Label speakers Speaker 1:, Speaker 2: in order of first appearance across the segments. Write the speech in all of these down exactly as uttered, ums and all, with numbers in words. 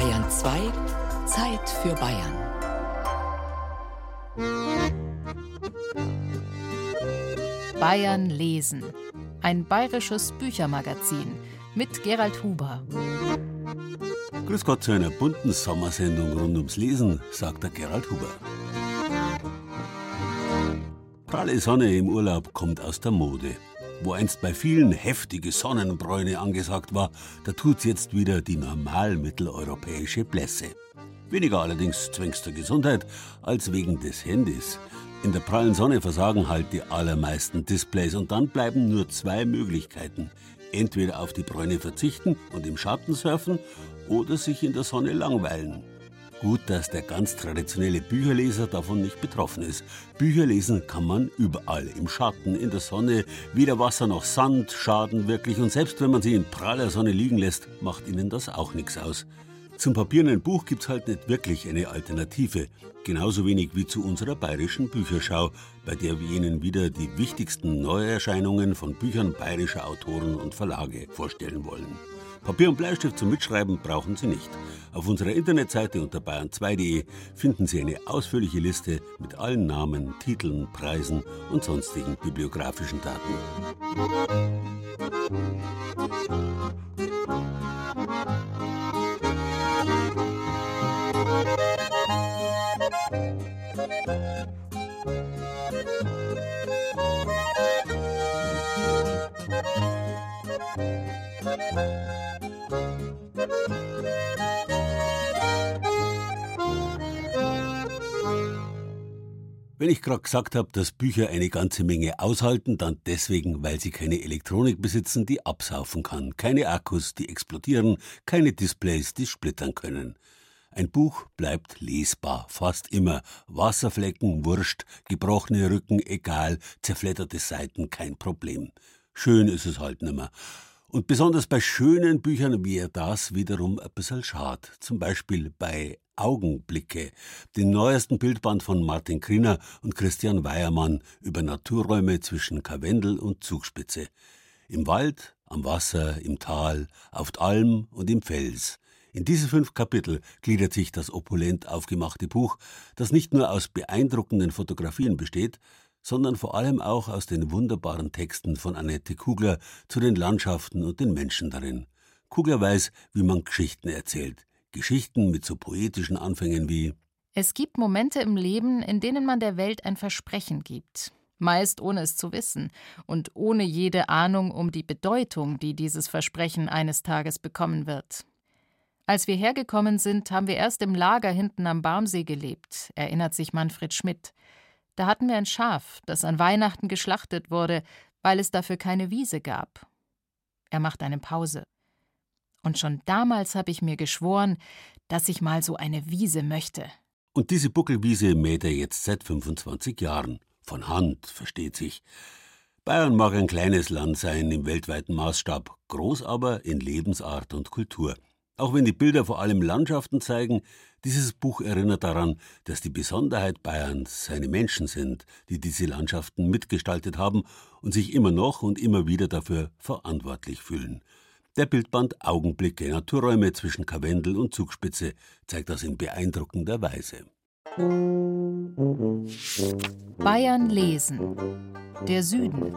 Speaker 1: Bayern zwei, Zeit für Bayern.
Speaker 2: Bayern lesen. Ein bayerisches Büchermagazin mit Gerald Huber.
Speaker 3: Grüß Gott zu einer bunten Sommersendung rund ums Lesen, sagt der Gerald Huber. Pralle Sonne im Urlaub kommt aus der Mode. Wo einst bei vielen heftige Sonnenbräune angesagt war, da tut's jetzt wieder die normal mitteleuropäische Blässe. Weniger allerdings zwängs der Gesundheit als wegen des Handys. In der prallen Sonne versagen halt die allermeisten Displays und dann bleiben nur zwei Möglichkeiten. Entweder auf die Bräune verzichten und im Schatten surfen oder sich in der Sonne langweilen. Gut, dass der ganz traditionelle Bücherleser davon nicht betroffen ist. Bücher lesen kann man überall, im Schatten, in der Sonne, weder Wasser noch Sand schaden wirklich. Und selbst wenn man sie in praller Sonne liegen lässt, macht ihnen das auch nichts aus. Zum papierenden Buch gibt's halt nicht wirklich eine Alternative. Genauso wenig wie zu unserer bayerischen Bücherschau, bei der wir Ihnen wieder die wichtigsten Neuerscheinungen von Büchern bayerischer Autoren und Verlage vorstellen wollen. Papier und Bleistift zum Mitschreiben brauchen Sie nicht. Auf unserer Internetseite unter bayern zwei punkt de finden Sie eine ausführliche Liste mit allen Namen, Titeln, Preisen und sonstigen bibliografischen Daten. Wenn ich gerade gesagt habe, dass Bücher eine ganze Menge aushalten, dann deswegen, weil sie keine Elektronik besitzen, die absaufen kann. Keine Akkus, die explodieren, keine Displays, die splittern können. Ein Buch bleibt lesbar, fast immer. Wasserflecken, wurscht, gebrochene Rücken, egal, zerfledderte Seiten, kein Problem. Schön ist es halt nimmer. Und besonders bei schönen Büchern wäre das wiederum ein bisschen schade. Zum Beispiel bei Augenblicke, den neuesten Bildband von Martin Griner und Christian Weiermann über Naturräume zwischen Karwendel und Zugspitze. Im Wald, am Wasser, im Tal, auf d'Alm und im Fels. In diese fünf Kapitel gliedert sich das opulent aufgemachte Buch, das nicht nur aus beeindruckenden Fotografien besteht, sondern vor allem auch aus den wunderbaren Texten von Annette Kugler zu den Landschaften und den Menschen darin. Kugler weiß, wie man Geschichten erzählt. Geschichten mit so poetischen Anfängen wie:
Speaker 2: Es gibt Momente im Leben, in denen man der Welt ein Versprechen gibt. Meist ohne es zu wissen und ohne jede Ahnung um die Bedeutung, die dieses Versprechen eines Tages bekommen wird. Als wir hergekommen sind, haben wir erst im Lager hinten am Barmsee gelebt, erinnert sich Manfred Schmidt. Da hatten wir ein Schaf, das an Weihnachten geschlachtet wurde, weil es dafür keine Wiese gab. Er macht eine Pause. Und schon damals habe ich mir geschworen, dass ich mal so eine Wiese möchte.
Speaker 3: Und diese Buckelwiese mäht er jetzt seit fünfundzwanzig Jahren. Von Hand, versteht sich. Bayern mag ein kleines Land sein im weltweiten Maßstab, groß aber in Lebensart und Kultur. Auch wenn die Bilder vor allem Landschaften zeigen, dieses Buch erinnert daran, dass die Besonderheit Bayerns seine Menschen sind, die diese Landschaften mitgestaltet haben und sich immer noch und immer wieder dafür verantwortlich fühlen. Der Bildband Augenblicke, Naturräume zwischen Karwendel und Zugspitze, zeigt das in beeindruckender Weise.
Speaker 2: Bayern lesen. Der Süden.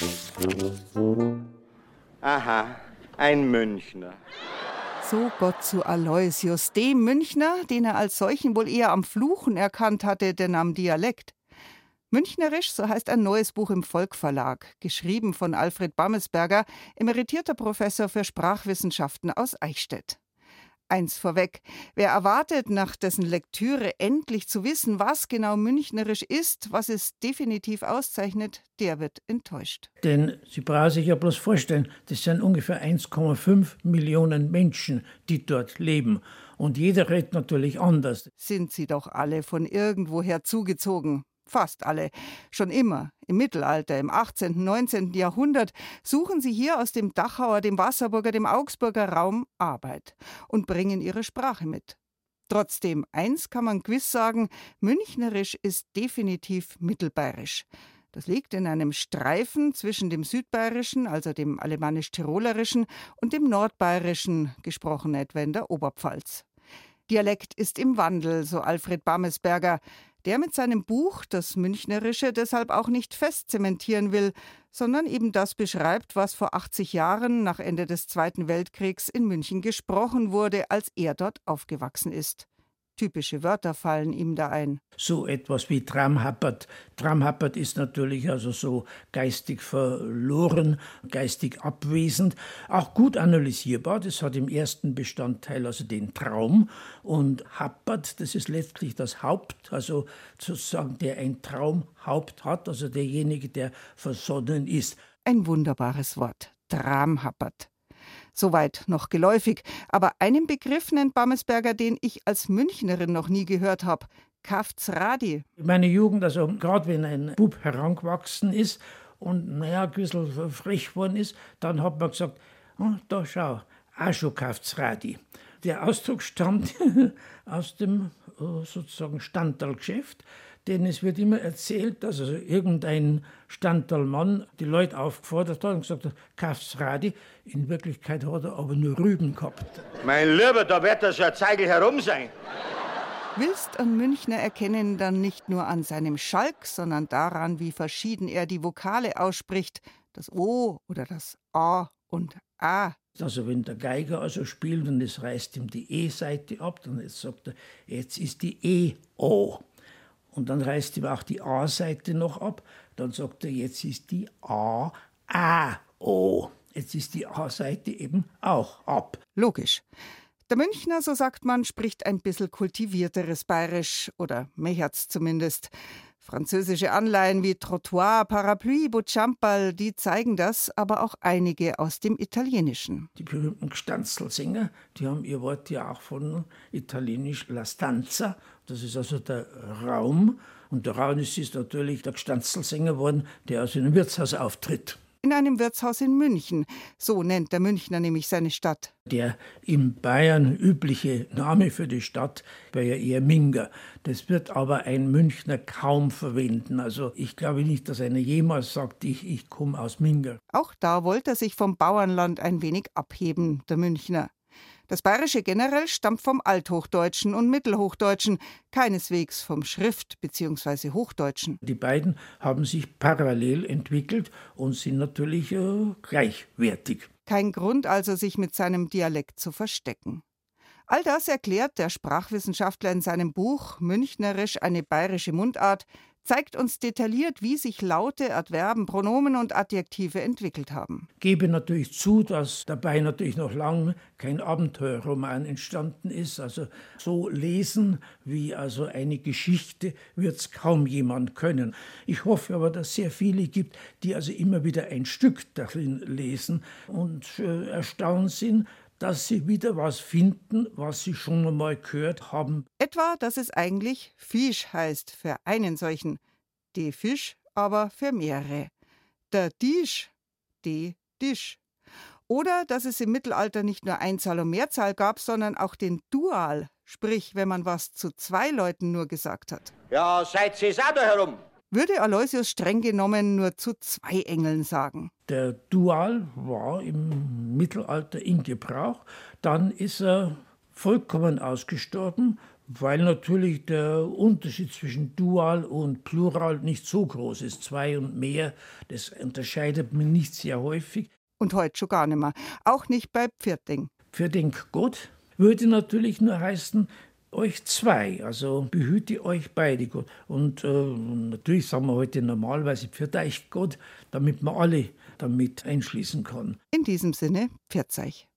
Speaker 4: Aha, ein Münchner.
Speaker 5: So Gott zu Aloysius, dem Münchner, den er als solchen wohl eher am Fluchen erkannt hatte, denn am Dialekt. Münchnerisch, so heißt ein neues Buch im Volk Verlag, geschrieben von Alfred Bammesberger, emeritierter Professor für Sprachwissenschaften aus Eichstätt. Eins vorweg, wer erwartet, nach dessen Lektüre endlich zu wissen, was genau münchnerisch ist, was es definitiv auszeichnet, der wird enttäuscht.
Speaker 6: Denn Sie brauchen sich ja bloß vorstellen, das sind ungefähr eins Komma fünf Millionen Menschen, die dort leben. Und jeder redet natürlich anders.
Speaker 5: Sind sie doch alle von irgendwoher zugezogen. Fast alle. Schon immer, im Mittelalter, im achtzehnten, neunzehnten Jahrhundert, suchen sie hier aus dem Dachauer, dem Wasserburger, dem Augsburger Raum Arbeit und bringen ihre Sprache mit. Trotzdem, eins kann man gewiss sagen, münchnerisch ist definitiv mittelbayerisch. Das liegt in einem Streifen zwischen dem südbayerischen, also dem alemannisch-tirolerischen, und dem nordbayerischen, gesprochen etwa in der Oberpfalz. Dialekt ist im Wandel, so Alfred Bamesberger, der mit seinem Buch das Münchnerische deshalb auch nicht festzementieren will, sondern eben das beschreibt, was vor achtzig Jahren nach Ende des Zweiten Weltkriegs in München gesprochen wurde, als er dort aufgewachsen ist. Typische Wörter fallen ihm da ein.
Speaker 6: So etwas wie Tramhappert. Tramhappert ist natürlich also so geistig verloren, geistig abwesend, auch gut analysierbar. Das hat im ersten Bestandteil also den Traum. Und Happert, das ist letztlich das Haupt, also sozusagen der ein Traumhaupt hat, also derjenige, der versonnen ist.
Speaker 5: Ein wunderbares Wort, Tramhappert. Soweit noch geläufig, aber einen Begriff nennt Bamesberger, den ich als Münchnerin noch nie gehört habe: Kaftsradi.
Speaker 6: Meine Jugend, also gerade wenn ein Bub herangewachsen ist und naja, ein bisschen frech geworden ist, dann hat man gesagt, oh, da schau, auch schon Kaftsradi. Der Ausdruck stammt aus dem sozusagen Standalgeschäft, denn es wird immer erzählt, dass also irgendein Standalmann die Leute aufgefordert hat und gesagt hat, Kaftsradi. In Wirklichkeit hat er aber nur Rüben gehabt.
Speaker 4: Mein Lieber, da wird das ja Zeigel herum sein.
Speaker 5: Willst an Münchner erkennen dann nicht nur an seinem Schalk, sondern daran, wie verschieden er die Vokale ausspricht, das O oder das A und A.
Speaker 6: Also wenn der Geiger also spielt und es reißt ihm die E-Seite ab, dann jetzt sagt er, jetzt ist die E-O. Und dann reißt ihm auch die A-Seite noch ab, dann sagt er, jetzt ist die A-A-O. Jetzt ist die A-Seite eben auch ab.
Speaker 5: Logisch. Der Münchner, so sagt man, spricht ein bisschen kultivierteres Bayerisch oder mechert's zumindest. Französische Anleihen wie Trottoir, Parapluie, Bucciampal, die zeigen das, aber auch einige aus dem Italienischen.
Speaker 6: Die berühmten Gstanzlsänger, die haben ihr Wort ja auch von italienisch La Stanza, das ist also der Raum. Und der Raum ist natürlich der Gstanzlsänger geworden, der also in einem Wirtshaus auftritt.
Speaker 5: In einem Wirtshaus in München, so nennt der Münchner nämlich seine Stadt.
Speaker 6: Der in Bayern übliche Name für die Stadt wäre ja eher Minga. Das wird aber ein Münchner kaum verwenden. Also ich glaube nicht, dass einer jemals sagt, ich, ich komme aus Minga.
Speaker 5: Auch da wollte er sich vom Bauernland ein wenig abheben, der Münchner. Das Bayerische generell stammt vom Althochdeutschen und Mittelhochdeutschen, keineswegs vom Schrift- bzw. Hochdeutschen.
Speaker 6: Die beiden haben sich parallel entwickelt und sind natürlich äh, gleichwertig.
Speaker 5: Kein Grund also, sich mit seinem Dialekt zu verstecken. All das erklärt der Sprachwissenschaftler in seinem Buch Münchnerisch, eine bayerische Mundart, zeigt uns detailliert, wie sich Laute, Adverben, Pronomen und Adjektive entwickelt haben.
Speaker 6: Gebe natürlich zu, dass dabei natürlich noch lange kein Abenteuerroman entstanden ist. Also so lesen wie also eine Geschichte wird es kaum jemand können. Ich hoffe aber, dass es sehr viele gibt, die also immer wieder ein Stück darin lesen und äh, erstaunt sind, dass sie wieder was finden, was sie schon einmal gehört haben.
Speaker 5: Etwa, dass es eigentlich Fisch heißt für einen solchen, die Fisch aber für mehrere. Der Tisch, die Tisch. Oder dass es im Mittelalter nicht nur Einzahl und Mehrzahl gab, sondern auch den Dual, sprich, wenn man was zu zwei Leuten nur gesagt hat.
Speaker 4: Ja, seid ihr auch da herum?
Speaker 5: Würde Aloysius streng genommen nur zu zwei Engeln sagen.
Speaker 6: Der Dual war im Mittelalter in Gebrauch. Dann ist er vollkommen ausgestorben, weil natürlich der Unterschied zwischen Dual und Plural nicht so groß ist. Zwei und mehr, das unterscheidet man nicht sehr häufig.
Speaker 5: Und heute schon gar nicht mehr. Auch nicht bei Pfirting.
Speaker 6: Pfirting Gott würde natürlich nur heißen, euch zwei, also behüte euch beide Gott. Und äh, natürlich sagen wir heute normalerweise pfiat euch Gott, damit man alle damit einschließen kann.
Speaker 5: In diesem Sinne, pfiat euch.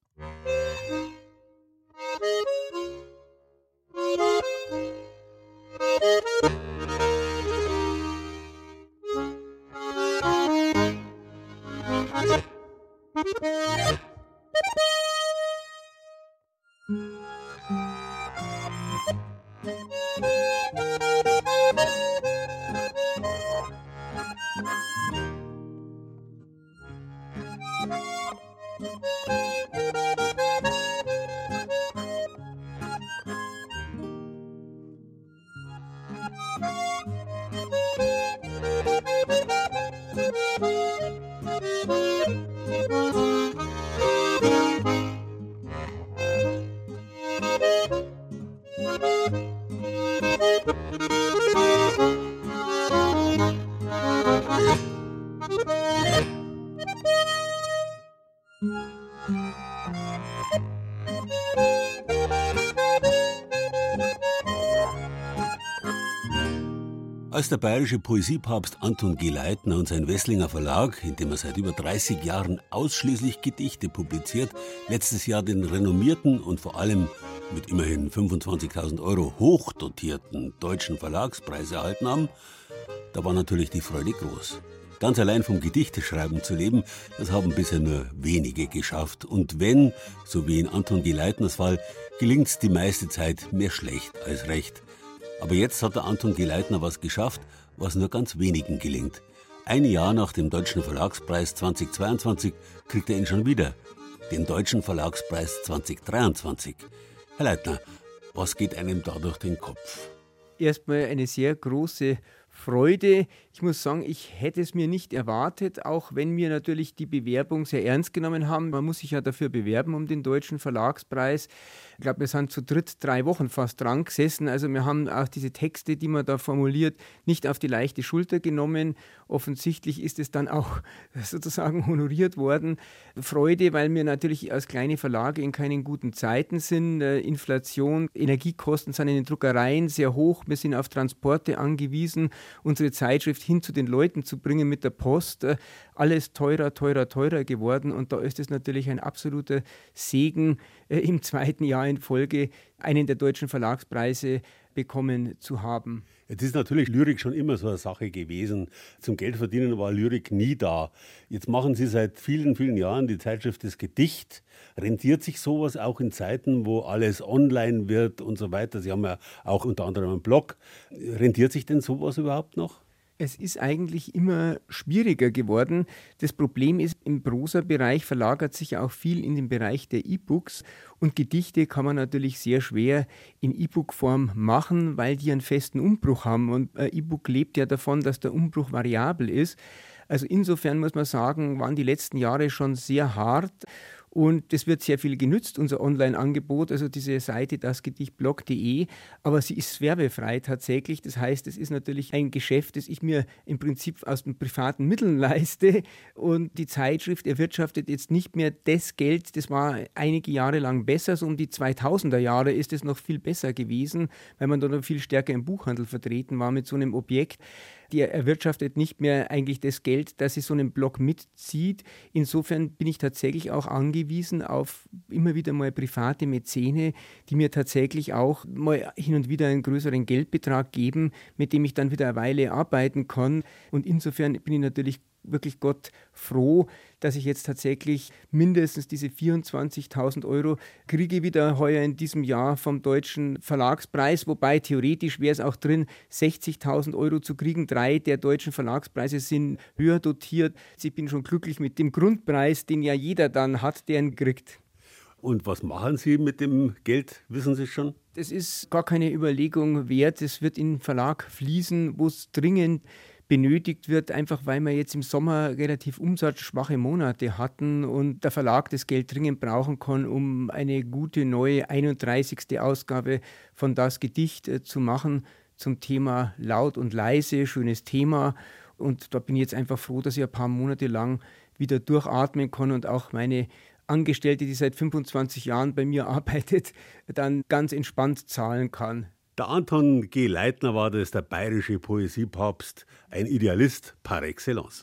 Speaker 3: Als der bayerische Poesiepapst Anton G. Leitner und sein Wesslinger Verlag, in dem er seit über dreißig Jahren ausschließlich Gedichte publiziert, letztes Jahr den renommierten und vor allem mit immerhin fünfundzwanzigtausend Euro hochdotierten Deutschen Verlagspreis erhalten haben, da war natürlich die Freude groß. Ganz allein vom Gedichteschreiben zu leben, das haben bisher nur wenige geschafft. Und wenn, so wie in Anton G. Leitners Fall, gelingt's die meiste Zeit mehr schlecht als recht. Aber jetzt hat der Anton G. Leitner was geschafft, was nur ganz wenigen gelingt. Ein Jahr nach dem Deutschen Verlagspreis zweitausendzweiundzwanzig kriegt er ihn schon wieder, den Deutschen Verlagspreis zweitausenddreiundzwanzig. Herr Leitner, was geht einem da durch den Kopf?
Speaker 7: Erstmal eine sehr große Freude. Ich muss sagen, ich hätte es mir nicht erwartet, auch wenn wir natürlich die Bewerbung sehr ernst genommen haben. Man muss sich ja dafür bewerben um den Deutschen Verlagspreis. Ich glaube, wir sind zu dritt drei Wochen fast dran gesessen. Also wir haben auch diese Texte, die man da formuliert, nicht auf die leichte Schulter genommen. Offensichtlich ist es dann auch sozusagen honoriert worden. Freude, weil wir natürlich als kleine Verlage in keinen guten Zeiten sind. Inflation, Energiekosten sind in den Druckereien sehr hoch. Wir sind auf Transporte angewiesen, unsere Zeitschrift hin zu den Leuten zu bringen mit der Post. Alles teurer, teurer, teurer geworden. Und da ist es natürlich ein absoluter Segen, im zweiten Jahr in Folge einen der Deutschen Verlagspreise bekommen zu haben.
Speaker 3: Jetzt ist natürlich Lyrik schon immer so eine Sache gewesen. Zum Geldverdienen war Lyrik nie da. Jetzt machen Sie seit vielen, vielen Jahren die Zeitschrift Das Gedicht. Rentiert sich sowas auch in Zeiten, wo alles online wird und so weiter? Sie haben ja auch unter anderem einen Blog. Rentiert sich denn sowas überhaupt noch?
Speaker 7: Es ist eigentlich immer schwieriger geworden. Das Problem ist, im Prosa-Bereich verlagert sich auch viel in den Bereich der E-Books. Und Gedichte kann man natürlich sehr schwer in E-Book-Form machen, weil die einen festen Umbruch haben. Und ein E-Book lebt ja davon, dass der Umbruch variabel ist. Also insofern muss man sagen, waren die letzten Jahre schon sehr hart. Und das wird sehr viel genützt, unser Online-Angebot, also diese Seite dasgedichtblog punkt de, aber sie ist werbefrei tatsächlich. Das heißt, es ist natürlich ein Geschäft, das ich mir im Prinzip aus den privaten Mitteln leiste, und die Zeitschrift erwirtschaftet jetzt nicht mehr das Geld, das war einige Jahre lang besser, so um die zweitausender Jahre ist es noch viel besser gewesen, weil man da noch viel stärker im Buchhandel vertreten war mit so einem Objekt. Die erwirtschaftet nicht mehr eigentlich das Geld, das sie so einen Blog mitzieht. Insofern bin ich tatsächlich auch angewiesen auf immer wieder mal private Mäzene, die mir tatsächlich auch mal hin und wieder einen größeren Geldbetrag geben, mit dem ich dann wieder eine Weile arbeiten kann. Und insofern bin ich natürlich wirklich Gott froh, dass ich jetzt tatsächlich mindestens diese vierundzwanzigtausend Euro kriege wieder heuer in diesem Jahr vom Deutschen Verlagspreis, wobei theoretisch wäre es auch drin, sechzigtausend Euro zu kriegen. Drei der Deutschen Verlagspreise sind höher dotiert. Ich bin schon glücklich mit dem Grundpreis, den ja jeder dann hat, der ihn kriegt.
Speaker 3: Und was machen Sie mit dem Geld, wissen Sie schon?
Speaker 7: Das ist gar keine Überlegung wert. Es wird in den Verlag fließen, wo es dringend benötigt wird, einfach weil wir jetzt im Sommer relativ umsatzschwache Monate hatten und der Verlag das Geld dringend brauchen kann, um eine gute neue einunddreißigste Ausgabe von Das Gedicht äh, zu machen zum Thema Laut und Leise, schönes Thema. Und da bin ich jetzt einfach froh, dass ich ein paar Monate lang wieder durchatmen kann und auch meine Angestellte, die seit fünfundzwanzig Jahren bei mir arbeitet, dann ganz entspannt zahlen kann.
Speaker 3: Der Anton G. Leitner war das, der bayerische Poesiepapst, ein Idealist par excellence.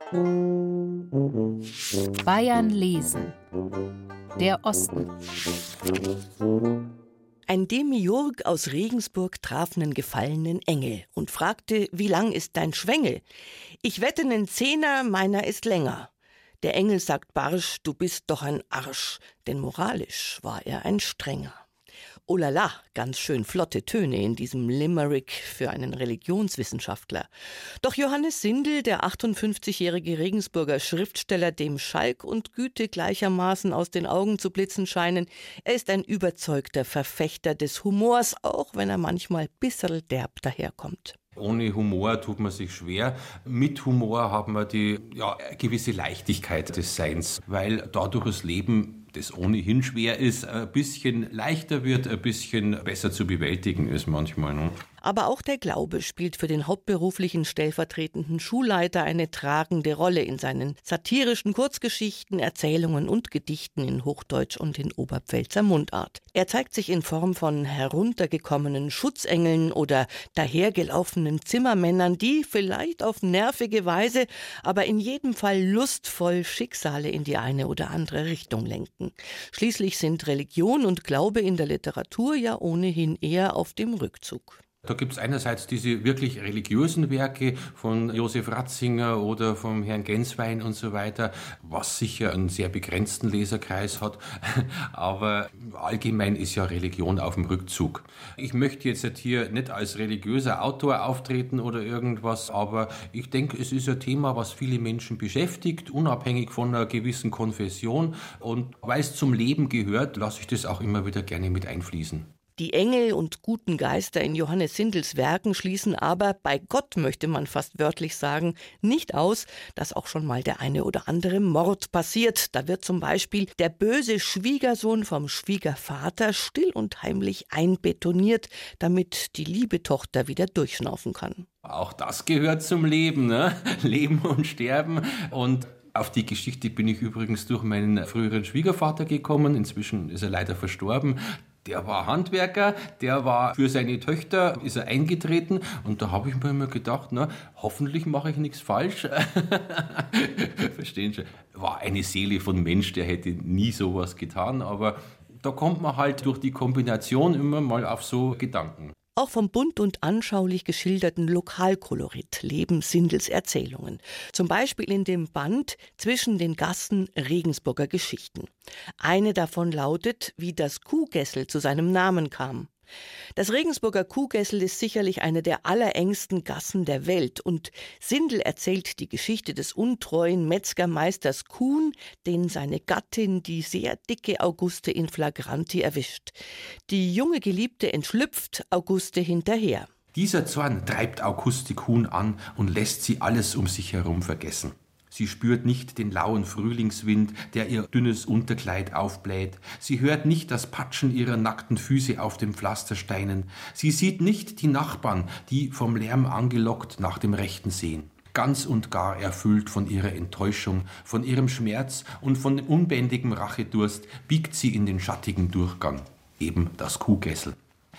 Speaker 2: Bayern lesen. Der Osten.
Speaker 1: Ein Demiurg aus Regensburg traf nen gefallenen Engel und fragte, wie lang ist dein Schwengel? Ich wette nen Zehner, meiner ist länger. Der Engel sagt barsch, du bist doch ein Arsch, denn moralisch war er ein Strenger. Oh la la, ganz schön flotte Töne in diesem Limerick für einen Religionswissenschaftler. Doch Johannes Sindel, der achtundfünfzigjährige Regensburger Schriftsteller, dem Schalk und Güte gleichermaßen aus den Augen zu blitzen scheinen, er ist ein überzeugter Verfechter des Humors, auch wenn er manchmal bisserl derb daherkommt.
Speaker 8: Ohne Humor tut man sich schwer. Mit Humor hat man die ja, gewisse Leichtigkeit des Seins, weil dadurch das Leben, das ohnehin schwer ist, ein bisschen leichter wird, ein bisschen besser zu bewältigen ist manchmal. Ne?
Speaker 1: Aber auch der Glaube spielt für den hauptberuflichen stellvertretenden Schulleiter eine tragende Rolle in seinen satirischen Kurzgeschichten, Erzählungen und Gedichten in Hochdeutsch und in Oberpfälzer Mundart. Er zeigt sich in Form von heruntergekommenen Schutzengeln oder dahergelaufenen Zimmermännern, die vielleicht auf nervige Weise, aber in jedem Fall lustvoll Schicksale in die eine oder andere Richtung lenken. Schließlich sind Religion und Glaube in der Literatur ja ohnehin eher auf dem Rückzug.
Speaker 8: Da gibt es einerseits diese wirklich religiösen Werke von Josef Ratzinger oder vom Herrn Genswein und so weiter, was sicher einen sehr begrenzten Leserkreis hat, aber allgemein ist ja Religion auf dem Rückzug. Ich möchte jetzt hier nicht als religiöser Autor auftreten oder irgendwas, aber ich denke, es ist ein Thema, was viele Menschen beschäftigt, unabhängig von einer gewissen Konfession, und weil es zum Leben gehört, lasse ich das auch immer wieder gerne mit einfließen.
Speaker 1: Die Engel und guten Geister in Johannes Sindels Werken schließen aber, bei Gott möchte man fast wörtlich sagen, nicht aus, dass auch schon mal der eine oder andere Mord passiert. Da wird zum Beispiel der böse Schwiegersohn vom Schwiegervater still und heimlich einbetoniert, damit die liebe Tochter wieder durchschnaufen kann.
Speaker 8: Auch das gehört zum Leben, ne? Leben und Sterben. Und auf die Geschichte bin ich übrigens durch meinen früheren Schwiegervater gekommen. Inzwischen ist er leider verstorben. Der war Handwerker, der war für seine Töchter, ist er eingetreten, und da habe ich mir immer gedacht, na, hoffentlich mache ich nichts falsch. Verstehen Sie? War eine Seele von Mensch, der hätte nie sowas getan, aber da kommt man halt durch die Kombination immer mal auf so Gedanken.
Speaker 1: Auch vom bunt und anschaulich geschilderten Lokalkolorit leben Sindels Erzählungen. Zum Beispiel in dem Band Zwischen den Gassen Regensburger Geschichten. Eine davon lautet, wie das Kuhgessel zu seinem Namen kam. Das Regensburger Kuhgessel ist sicherlich eine der allerengsten Gassen der Welt, und Sindel erzählt die Geschichte des untreuen Metzgermeisters Kuhn, den seine Gattin, die sehr dicke Auguste, in flagranti erwischt. Die junge Geliebte entschlüpft, Auguste hinterher.
Speaker 8: Dieser Zorn treibt Auguste Kuhn an und lässt sie alles um sich herum vergessen. Sie spürt nicht den lauen Frühlingswind, der ihr dünnes Unterkleid aufbläht. Sie hört nicht das Patschen ihrer nackten Füße auf den Pflastersteinen. Sie sieht nicht die Nachbarn, die vom Lärm angelockt nach dem Rechten sehen. Ganz und gar erfüllt von ihrer Enttäuschung, von ihrem Schmerz und von unbändigem Rachedurst, biegt sie in den schattigen Durchgang, eben das Kuhgessel.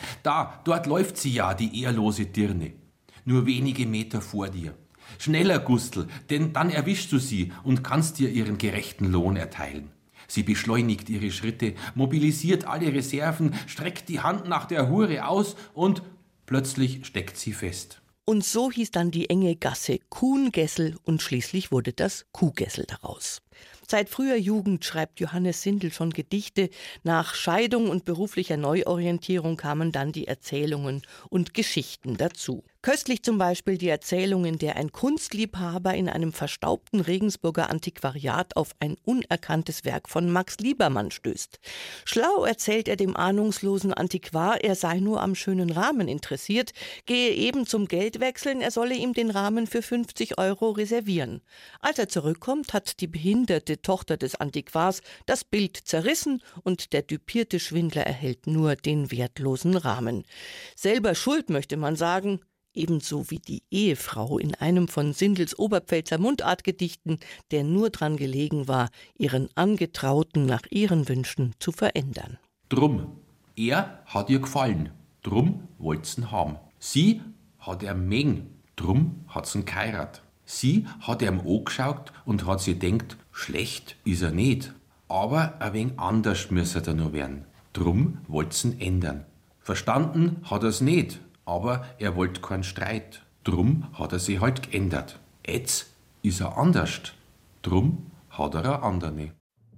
Speaker 8: Da, dort läuft sie ja, die ehrlose Dirne, nur wenige Meter vor dir. Schneller, Gustl, denn dann erwischst du sie und kannst dir ihren gerechten Lohn erteilen. Sie beschleunigt ihre Schritte, mobilisiert alle Reserven, streckt die Hand nach der Hure aus und plötzlich steckt sie fest.
Speaker 1: Und so hieß dann die enge Gasse Kuhngessel, und schließlich wurde das Kuhgessel daraus. Seit früher Jugend schreibt Johannes Sindel schon Gedichte. Nach Scheidung und beruflicher Neuorientierung kamen dann die Erzählungen und Geschichten dazu. Köstlich zum Beispiel die Erzählung, in der ein Kunstliebhaber in einem verstaubten Regensburger Antiquariat auf ein unerkanntes Werk von Max Liebermann stößt. Schlau erzählt er dem ahnungslosen Antiquar, er sei nur am schönen Rahmen interessiert, gehe eben zum Geldwechseln, er solle ihm den Rahmen für fünfzig Euro reservieren. Als er zurückkommt, hat die behinderte Tochter des Antiquars das Bild zerrissen und der düpierte Schwindler erhält nur den wertlosen Rahmen. Selber schuld, möchte man sagen, ebenso wie die Ehefrau in einem von Sindels Oberpfälzer Mundartgedichten, der nur dran gelegen war, ihren Angetrauten nach ihren Wünschen zu verändern.
Speaker 8: Drum, er hat ihr gefallen, drum wollt's ihn haben. Sie hat er Meng, drum hat's ihn geheirat. Sie hat ihm angeschaut und hat sich gedacht, schlecht ist er nicht, aber ein wenig anders müsse er noch werden. Drum wollt's ihn ändern. Verstanden hat er's nicht, aber er wollte keinen Streit. Drum hat er sich halt geändert. Jetzt ist er anders. Drum hat er eine andere.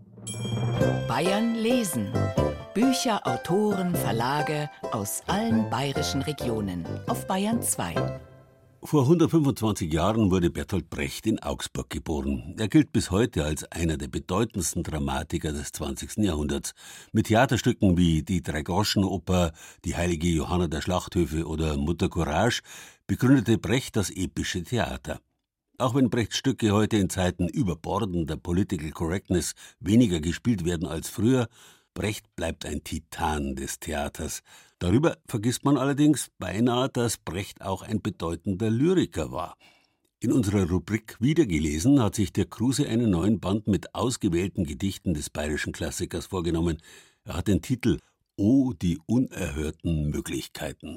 Speaker 9: Bayern lesen. Bücher, Autoren, Verlage aus allen bayerischen Regionen auf Bayern zwei.
Speaker 3: Vor hundertfünfundzwanzig Jahren wurde Bertolt Brecht in Augsburg geboren. Er gilt bis heute als einer der bedeutendsten Dramatiker des zwanzigsten Jahrhunderts. Mit Theaterstücken wie die Dreigroschenoper, die heilige Johanna der Schlachthöfe oder Mutter Courage begründete Brecht das epische Theater. Auch wenn Brechts Stücke heute in Zeiten überbordender Political Correctness weniger gespielt werden als früher, Brecht bleibt ein Titan des Theaters. Darüber vergisst man allerdings beinahe, dass Brecht auch ein bedeutender Lyriker war. In unserer Rubrik Wiedergelesen hat sich der Kruse einen neuen Band mit ausgewählten Gedichten des bayerischen Klassikers vorgenommen. Er hat den Titel »O, die unerhörten Möglichkeiten«.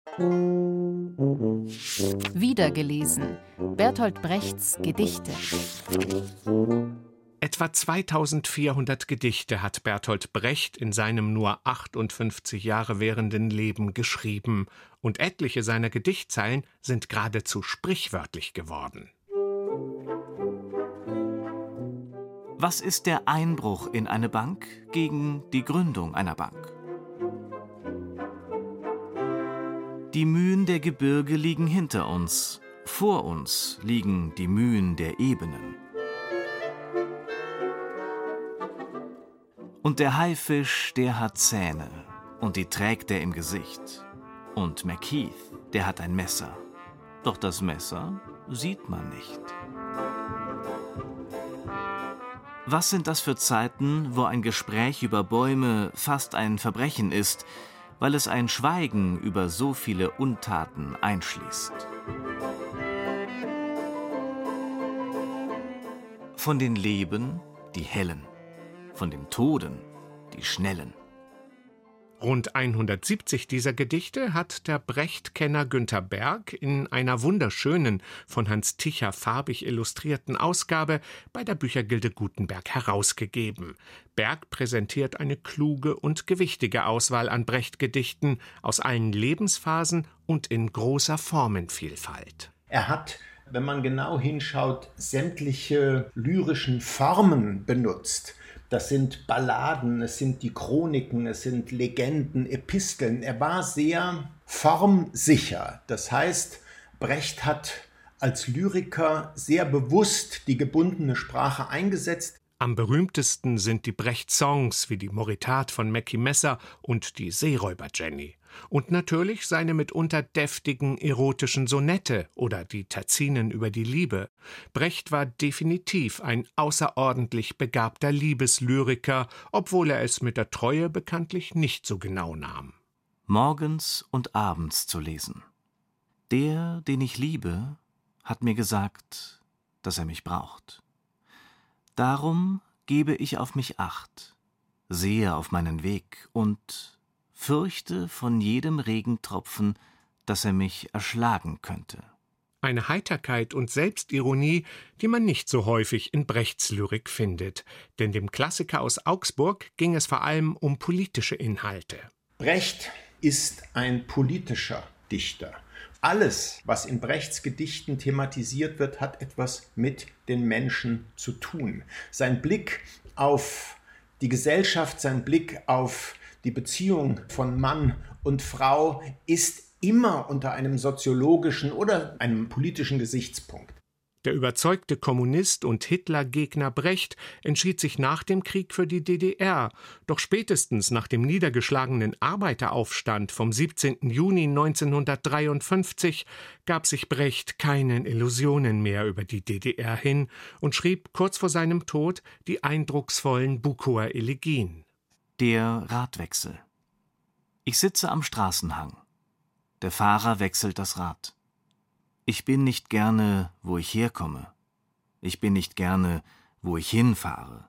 Speaker 2: Wiedergelesen. Bertolt Brechts Gedichte.
Speaker 10: Etwa zweitausendvierhundert Gedichte hat Bertolt Brecht in seinem nur achtundfünfzig Jahre währenden Leben geschrieben, und etliche seiner Gedichtzeilen sind geradezu sprichwörtlich geworden.
Speaker 11: Was ist der Einbruch in eine Bank gegen die Gründung einer Bank? Die Mühen der Gebirge liegen hinter uns, vor uns liegen die Mühen der Ebenen. Und der Haifisch, der hat Zähne, und die trägt er im Gesicht. Und Macheath, der hat ein Messer, doch das Messer sieht man nicht. Was sind das für Zeiten, wo ein Gespräch über Bäume fast ein Verbrechen ist, weil es ein Schweigen über so viele Untaten einschließt? Von den Leben die Hellen, von dem Toden die Schnellen.
Speaker 10: Rund hundertsiebzig dieser Gedichte hat der Brecht-Kenner Günter Berg in einer wunderschönen, von Hans Ticher farbig illustrierten Ausgabe bei der Büchergilde Gutenberg herausgegeben. Berg präsentiert eine kluge und gewichtige Auswahl an Brecht-Gedichten aus allen Lebensphasen und in großer Formenvielfalt.
Speaker 12: Er hat, wenn man genau hinschaut, sämtliche lyrischen Formen benutzt. Das sind Balladen, es sind die Chroniken, es sind Legenden, Episteln. Er war sehr formsicher. Das heißt, Brecht hat als Lyriker sehr bewusst die gebundene Sprache eingesetzt.
Speaker 10: Am berühmtesten sind die Brecht-Songs wie die Moritat von Mackie Messer und die Seeräuber-Jenny. Und natürlich seine mitunter deftigen erotischen Sonette oder die Terzinen über die Liebe. Brecht war definitiv ein außerordentlich begabter Liebeslyriker, obwohl er es mit der Treue bekanntlich nicht so genau nahm.
Speaker 11: Morgens und abends zu lesen. Der, den ich liebe, hat mir gesagt, dass er mich braucht. Darum gebe ich auf mich Acht, sehe auf meinen Weg und fürchte von jedem Regentropfen, dass er mich erschlagen könnte.
Speaker 10: Eine Heiterkeit und Selbstironie, die man nicht so häufig in Brechts Lyrik findet. Denn dem Klassiker aus Augsburg ging es vor allem um politische Inhalte.
Speaker 12: Brecht ist ein politischer Dichter. Alles, was in Brechts Gedichten thematisiert wird, hat etwas mit den Menschen zu tun. Sein Blick auf die Gesellschaft, sein Blick auf die Beziehung von Mann und Frau ist immer unter einem soziologischen oder einem politischen Gesichtspunkt.
Speaker 10: Der überzeugte Kommunist und Hitlergegner Brecht entschied sich nach dem Krieg für die D D R. Doch spätestens nach dem niedergeschlagenen Arbeiteraufstand vom siebzehnten Juni neunzehnhundertdreiundfünfzig gab sich Brecht keinen Illusionen mehr über die D D R hin und schrieb kurz vor seinem Tod die eindrucksvollen Bukower Elegien.
Speaker 11: Der Radwechsel. Ich sitze am Straßenhang. Der Fahrer wechselt das Rad. Ich bin nicht gerne, wo ich herkomme. Ich bin nicht gerne, wo ich hinfahre.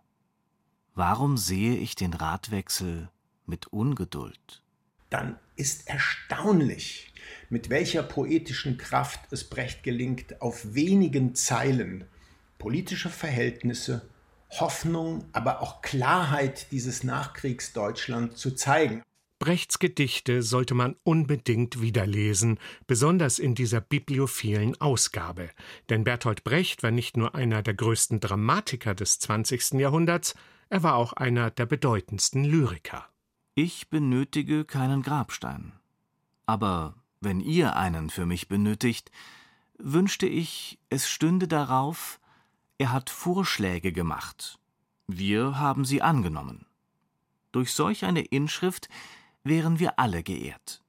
Speaker 11: Warum sehe ich den Radwechsel mit Ungeduld?
Speaker 12: Dann ist erstaunlich, mit welcher poetischen Kraft es Brecht gelingt, auf wenigen Zeilen politische Verhältnisse, Hoffnung, aber auch Klarheit dieses Nachkriegsdeutschland zu zeigen.
Speaker 10: Brechts Gedichte sollte man unbedingt wiederlesen, besonders in dieser bibliophilen Ausgabe. Denn Bertolt Brecht war nicht nur einer der größten Dramatiker des zwanzigsten Jahrhunderts, er war auch einer der bedeutendsten Lyriker.
Speaker 11: Ich benötige keinen Grabstein. Aber wenn ihr einen für mich benötigt, wünschte ich, es stünde darauf, er hat Vorschläge gemacht. Wir haben sie angenommen. Durch solch eine Inschrift wären wir alle geehrt.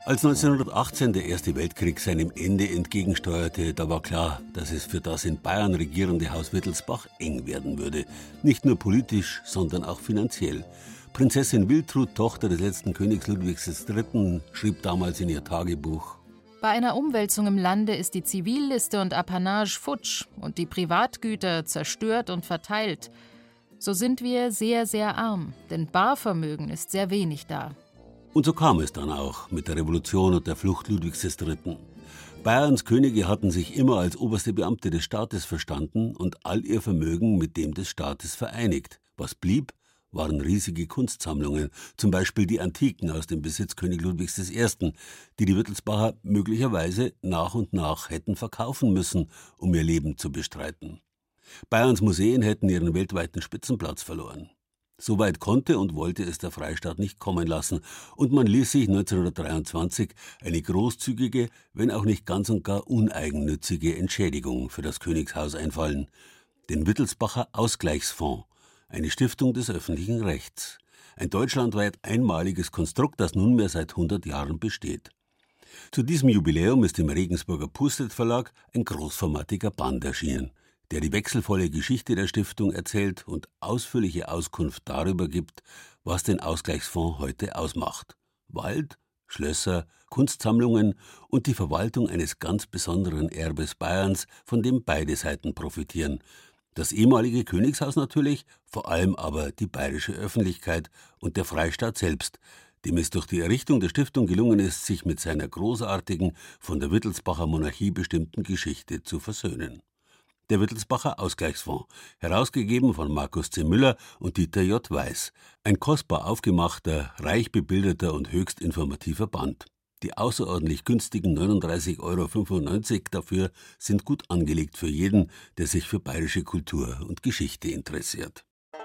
Speaker 3: Als neunzehnhundertachtzehn der Erste Weltkrieg seinem Ende entgegensteuerte, da war klar, dass es für das in Bayern regierende Haus Wittelsbach eng werden würde. Nicht nur politisch, sondern auch finanziell. Prinzessin Wiltrud, Tochter des letzten Königs Ludwigs der Dritte., schrieb damals in ihr Tagebuch:
Speaker 2: Bei einer Umwälzung im Lande ist die Zivilliste und Apanage futsch und die Privatgüter zerstört und verteilt. So sind wir sehr, sehr arm, denn Barvermögen ist sehr wenig da.
Speaker 3: Und so kam es dann auch mit der Revolution und der Flucht Ludwigs des Dritten. Bayerns Könige hatten sich immer als oberste Beamte des Staates verstanden und all ihr Vermögen mit dem des Staates vereinigt. Was blieb, waren riesige Kunstsammlungen, zum Beispiel die Antiken aus dem Besitz König Ludwigs des Ersten., die die Wittelsbacher möglicherweise nach und nach hätten verkaufen müssen, um ihr Leben zu bestreiten. Bayerns Museen hätten ihren weltweiten Spitzenplatz verloren. So weit konnte und wollte es der Freistaat nicht kommen lassen, und man ließ sich neunzehnhundertdreiundzwanzig eine großzügige, wenn auch nicht ganz und gar uneigennützige Entschädigung für das Königshaus einfallen: den Wittelsbacher Ausgleichsfonds, eine Stiftung des öffentlichen Rechts, ein deutschlandweit einmaliges Konstrukt, das nunmehr seit hundert Jahren besteht. Zu diesem Jubiläum ist im Regensburger Pustet Verlag ein großformatiger Band erschienen, der die wechselvolle Geschichte der Stiftung erzählt und ausführliche Auskunft darüber gibt, was den Ausgleichsfonds heute ausmacht: Wald, Schlösser, Kunstsammlungen und die Verwaltung eines ganz besonderen Erbes Bayerns, von dem beide Seiten profitieren. Das ehemalige Königshaus natürlich, vor allem aber die bayerische Öffentlichkeit und der Freistaat selbst, dem es durch die Errichtung der Stiftung gelungen ist, sich mit seiner großartigen, von der Wittelsbacher Monarchie bestimmten Geschichte zu versöhnen. Der Wittelsbacher Ausgleichsfonds, herausgegeben von Markus C. Müller und Dieter J. Weiß. Ein kostbar aufgemachter, reich bebilderter und höchst informativer Band. Die außerordentlich günstigen neununddreißig Euro fünfundneunzig dafür sind gut angelegt für jeden, der sich für bayerische Kultur und Geschichte interessiert.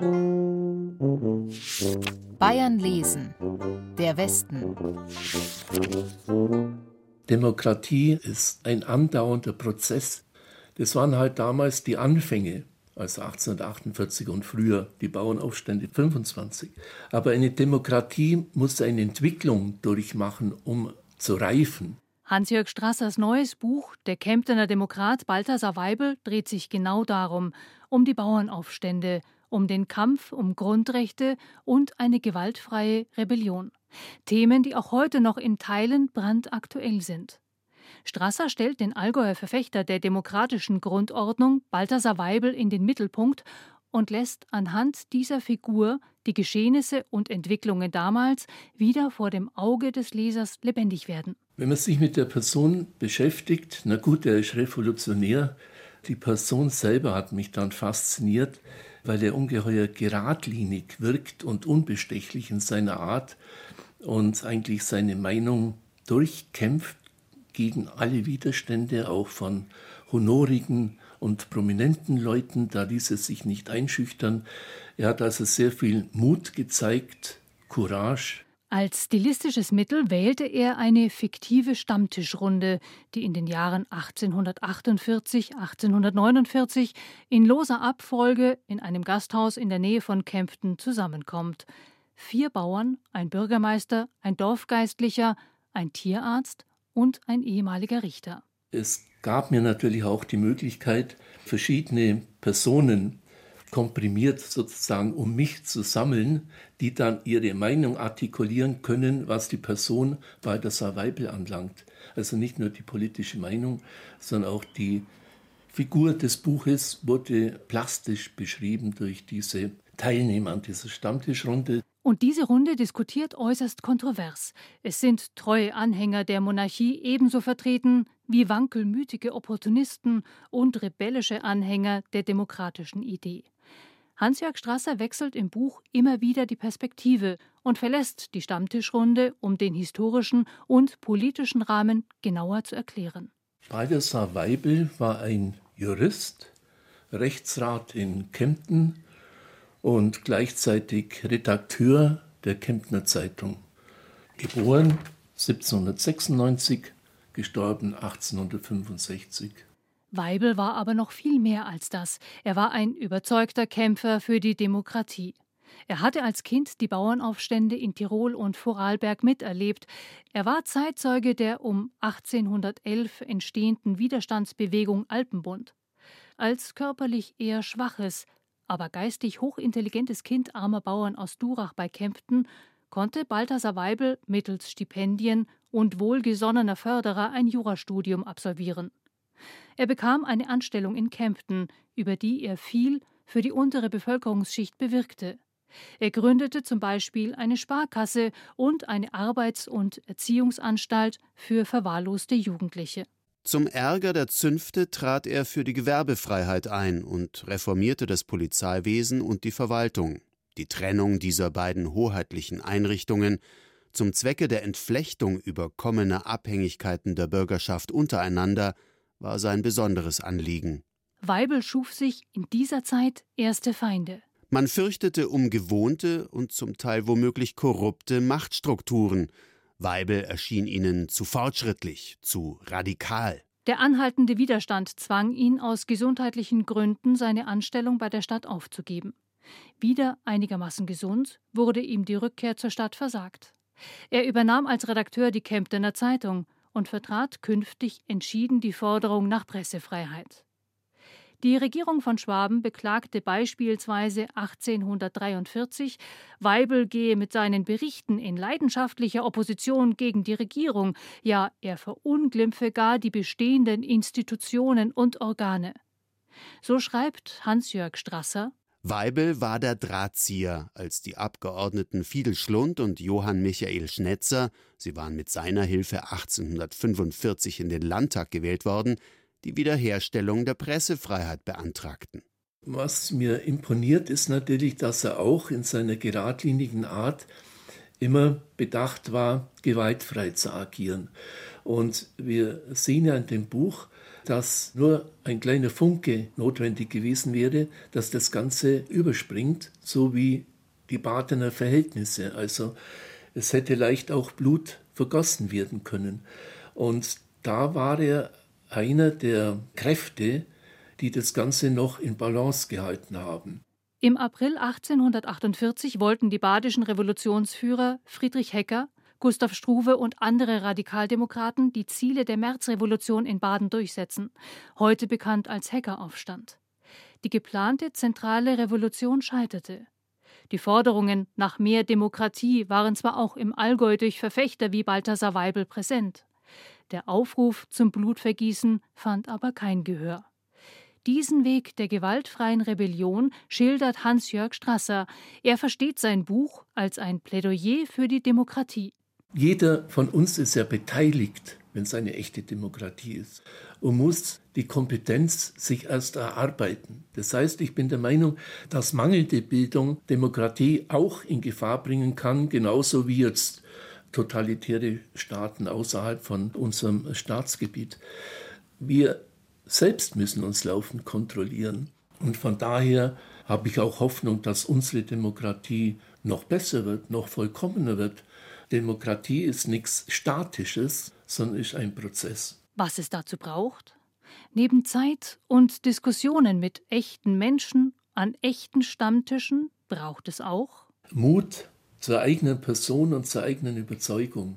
Speaker 2: Bayern lesen. Der Westen.
Speaker 13: Demokratie ist ein andauernder Prozess. Das waren halt damals die Anfänge, also achtzehnhundertachtundvierzig und früher die Bauernaufstände fünfundzwanzig. Aber eine Demokratie muss eine Entwicklung durchmachen, um zu reifen.
Speaker 14: Hans-Jörg Strassers neues Buch »Der Kemptener Demokrat Balthasar Weibel« dreht sich genau darum, um die Bauernaufstände, um den Kampf um Grundrechte und eine gewaltfreie Rebellion. Themen, die auch heute noch in Teilen brandaktuell sind. Strasser stellt den Allgäuer Verfechter der demokratischen Grundordnung, Balthasar Weibel, in den Mittelpunkt und lässt anhand dieser Figur die Geschehnisse und Entwicklungen damals wieder vor dem Auge des Lesers lebendig werden.
Speaker 13: Wenn man sich mit der Person beschäftigt, na gut, er ist revolutionär. Die Person selber hat mich dann fasziniert, weil er ungeheuer geradlinig wirkt und unbestechlich in seiner Art und eigentlich seine Meinung durchkämpft gegen alle Widerstände, auch von honorigen und prominenten Leuten. Da ließ es sich nicht einschüchtern. Er hat also sehr viel Mut gezeigt, Courage.
Speaker 14: Als stilistisches Mittel wählte er eine fiktive Stammtischrunde, die in den Jahren achtzehnhundertachtundvierzig, achtzehnhundertneunundvierzig in loser Abfolge in einem Gasthaus in der Nähe von Kempten zusammenkommt. Vier Bauern, ein Bürgermeister, ein Dorfgeistlicher, ein Tierarzt und ein ehemaliger Richter.
Speaker 13: Es gab mir natürlich auch die Möglichkeit, verschiedene Personen komprimiert sozusagen um mich zu sammeln, die dann ihre Meinung artikulieren können, was die Person Balthasar Weibel anlangt. Also nicht nur die politische Meinung, sondern auch die Figur des Buches wurde plastisch beschrieben durch diese Teilnehmer an dieser Stammtischrunde.
Speaker 14: Und diese Runde diskutiert äußerst kontrovers. Es sind treue Anhänger der Monarchie ebenso vertreten wie wankelmütige Opportunisten und rebellische Anhänger der demokratischen Idee. Hans-Jörg Strasser wechselt im Buch immer wieder die Perspektive und verlässt die Stammtischrunde, um den historischen und politischen Rahmen genauer zu erklären.
Speaker 13: Balthasar Weibel war ein Jurist, Rechtsrat in Kempten und gleichzeitig Redakteur der Kemptner Zeitung. Geboren siebzehnhundertsechsundneunzig, gestorben achtzehnhundertfünfundsechzig.
Speaker 14: Weibel war aber noch viel mehr als das. Er war ein überzeugter Kämpfer für die Demokratie. Er hatte als Kind die Bauernaufstände in Tirol und Vorarlberg miterlebt. Er war Zeitzeuge der um achtzehnhundertelf entstehenden Widerstandsbewegung Alpenbund. Als körperlich eher schwaches, aber geistig hochintelligentes Kind armer Bauern aus Durach bei Kempten konnte Balthasar Waibel mittels Stipendien und wohlgesonnener Förderer ein Jurastudium absolvieren. Er bekam eine Anstellung in Kempten, über die er viel für die untere Bevölkerungsschicht bewirkte. Er gründete zum Beispiel eine Sparkasse und eine Arbeits- und Erziehungsanstalt für verwahrloste Jugendliche.
Speaker 15: Zum Ärger der Zünfte trat er für die Gewerbefreiheit ein und reformierte das Polizeiwesen und die Verwaltung. Die Trennung dieser beiden hoheitlichen Einrichtungen zum Zwecke der Entflechtung überkommener Abhängigkeiten der Bürgerschaft untereinander war sein besonderes Anliegen.
Speaker 14: Waibel schuf sich in dieser Zeit erste Feinde.
Speaker 15: Man fürchtete um gewohnte und zum Teil womöglich korrupte Machtstrukturen. Waibel erschien ihnen zu fortschrittlich, zu radikal.
Speaker 14: Der anhaltende Widerstand zwang ihn aus gesundheitlichen Gründen, seine Anstellung bei der Stadt aufzugeben. Wieder einigermaßen gesund, wurde ihm die Rückkehr zur Stadt versagt. Er übernahm als Redakteur die Kemptener Zeitung und vertrat künftig entschieden die Forderung nach Pressefreiheit. Die Regierung von Schwaben beklagte beispielsweise achtzehnhundertdreiundvierzig, Waibel gehe mit seinen Berichten in leidenschaftlicher Opposition gegen die Regierung, ja, er verunglimpfe gar die bestehenden Institutionen und Organe. So schreibt Hans-Jörg Strasser:
Speaker 15: Waibel war der Drahtzieher, als die Abgeordneten Fidel Schlund und Johann Michael Schnetzer, sie waren mit seiner Hilfe achtzehnhundertfünfundvierzig in den Landtag gewählt worden, die Wiederherstellung der Pressefreiheit beantragten.
Speaker 13: Was mir imponiert, ist natürlich, dass er auch in seiner geradlinigen Art immer bedacht war, gewaltfrei zu agieren. Und wir sehen ja in dem Buch, dass nur ein kleiner Funke notwendig gewesen wäre, dass das Ganze überspringt, so wie die Badener Verhältnisse. Also es hätte leicht auch Blut vergossen werden können. Und da war er einer der Kräfte, die das Ganze noch in Balance gehalten haben.
Speaker 14: Im April achtzehnhundertachtundvierzig wollten die badischen Revolutionsführer Friedrich Hecker, Gustav Struve und andere Radikaldemokraten die Ziele der Märzrevolution in Baden durchsetzen, heute bekannt als Heckeraufstand. Die geplante zentrale Revolution scheiterte. Die Forderungen nach mehr Demokratie waren zwar auch im Allgäu durch Verfechter wie Balthasar Waibel präsent. Der Aufruf zum Blutvergießen fand aber kein Gehör. Diesen Weg der gewaltfreien Rebellion schildert Hans-Jörg Strasser. Er versteht sein Buch als ein Plädoyer für die Demokratie.
Speaker 13: Jeder von uns ist ja beteiligt, wenn es eine echte Demokratie ist, und muss die Kompetenz sich erst erarbeiten. Das heißt, ich bin der Meinung, dass mangelnde Bildung Demokratie auch in Gefahr bringen kann, genauso wie jetzt totalitäre Staaten außerhalb von unserem Staatsgebiet. Wir selbst müssen uns laufend kontrollieren. Und von daher habe ich auch Hoffnung, dass unsere Demokratie noch besser wird, noch vollkommener wird. Demokratie ist nichts Statisches, sondern ist ein Prozess.
Speaker 14: Was es dazu braucht? Neben Zeit und Diskussionen mit echten Menschen an echten Stammtischen braucht es auch
Speaker 13: Mut zur eigenen Person und zur eigenen Überzeugung.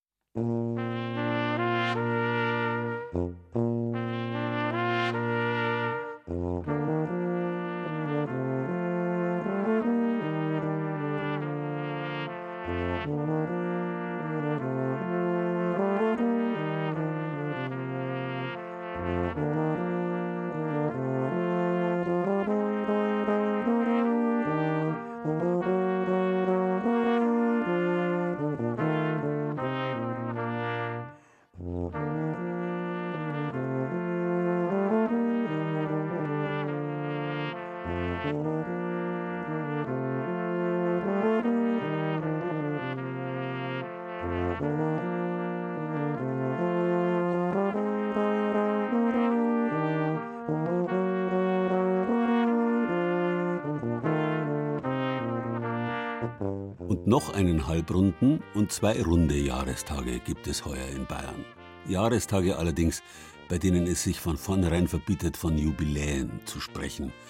Speaker 3: Und noch einen halbrunden und zwei runde Jahrestage gibt es heuer in Bayern. Jahrestage allerdings, bei denen es sich von vornherein verbietet, von Jubiläen zu sprechen.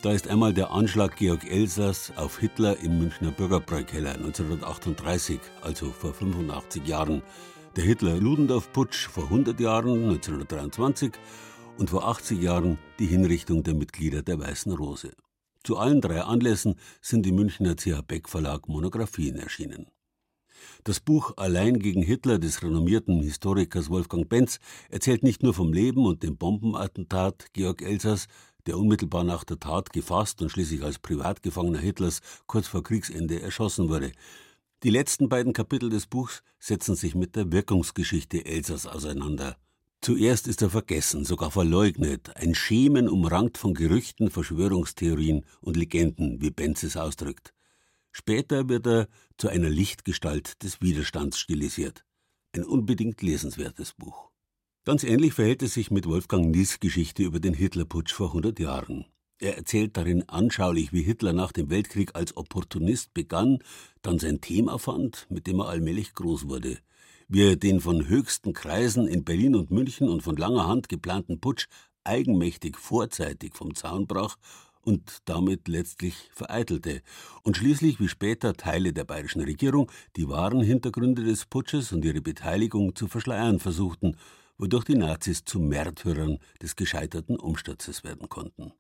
Speaker 3: Da ist einmal der Anschlag Georg Elsers auf Hitler im Münchner Bürgerbräukeller neunzehnhundertachtunddreißig, also vor fünfundachtzig Jahren. Der Hitler-Ludendorff-Putsch vor hundert Jahren, neunzehnhundertdreiundzwanzig, und vor achtzig Jahren die Hinrichtung der Mitglieder der Weißen Rose. Zu allen drei Anlässen sind im Münchner C H Beck Verlag Monographien erschienen. Das Buch Allein gegen Hitler des renommierten Historikers Wolfgang Benz erzählt nicht nur vom Leben und dem Bombenattentat Georg Elsers, der unmittelbar nach der Tat gefasst und schließlich als Privatgefangener Hitlers kurz vor Kriegsende erschossen wurde. Die letzten beiden Kapitel des Buchs setzen sich mit der Wirkungsgeschichte Elsers auseinander. Zuerst ist er vergessen, sogar verleugnet, ein Schemen umrankt von Gerüchten, Verschwörungstheorien und Legenden, wie Benz es ausdrückt. Später wird er zu einer Lichtgestalt des Widerstands stilisiert. Ein unbedingt lesenswertes Buch. Ganz ähnlich verhält es sich mit Wolfgang Nies' Geschichte über den Hitlerputsch vor hundert Jahren. Er erzählt darin anschaulich, wie Hitler nach dem Weltkrieg als Opportunist begann, dann sein Thema fand, mit dem er allmählich groß wurde. Wie er den von höchsten Kreisen in Berlin und München und von langer Hand geplanten Putsch eigenmächtig vorzeitig vom Zaun brach und damit letztlich vereitelte und schließlich wie später Teile der bayerischen Regierung die wahren Hintergründe des Putsches und ihre Beteiligung zu verschleiern versuchten, wodurch die Nazis zu Märtyrern des gescheiterten Umsturzes werden konnten.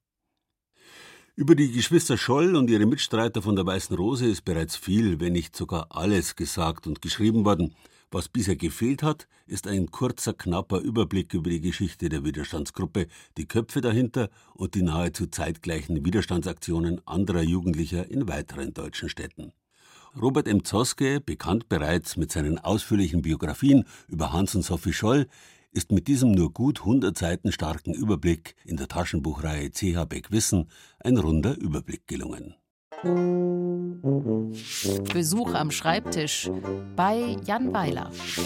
Speaker 3: Über die Geschwister Scholl und ihre Mitstreiter von der Weißen Rose ist bereits viel, wenn nicht sogar alles gesagt und geschrieben worden. Was bisher gefehlt hat, ist ein kurzer, knapper Überblick über die Geschichte der Widerstandsgruppe, die Köpfe dahinter und die nahezu zeitgleichen Widerstandsaktionen anderer Jugendlicher in weiteren deutschen Städten. Robert M. Zoske, bekannt bereits mit seinen ausführlichen Biografien über Hans und Sophie Scholl, ist mit diesem nur gut hundert Seiten starken Überblick in der Taschenbuchreihe C H Beck Wissen ein runder Überblick gelungen.
Speaker 2: Besuch am Schreibtisch bei Jan Weiler.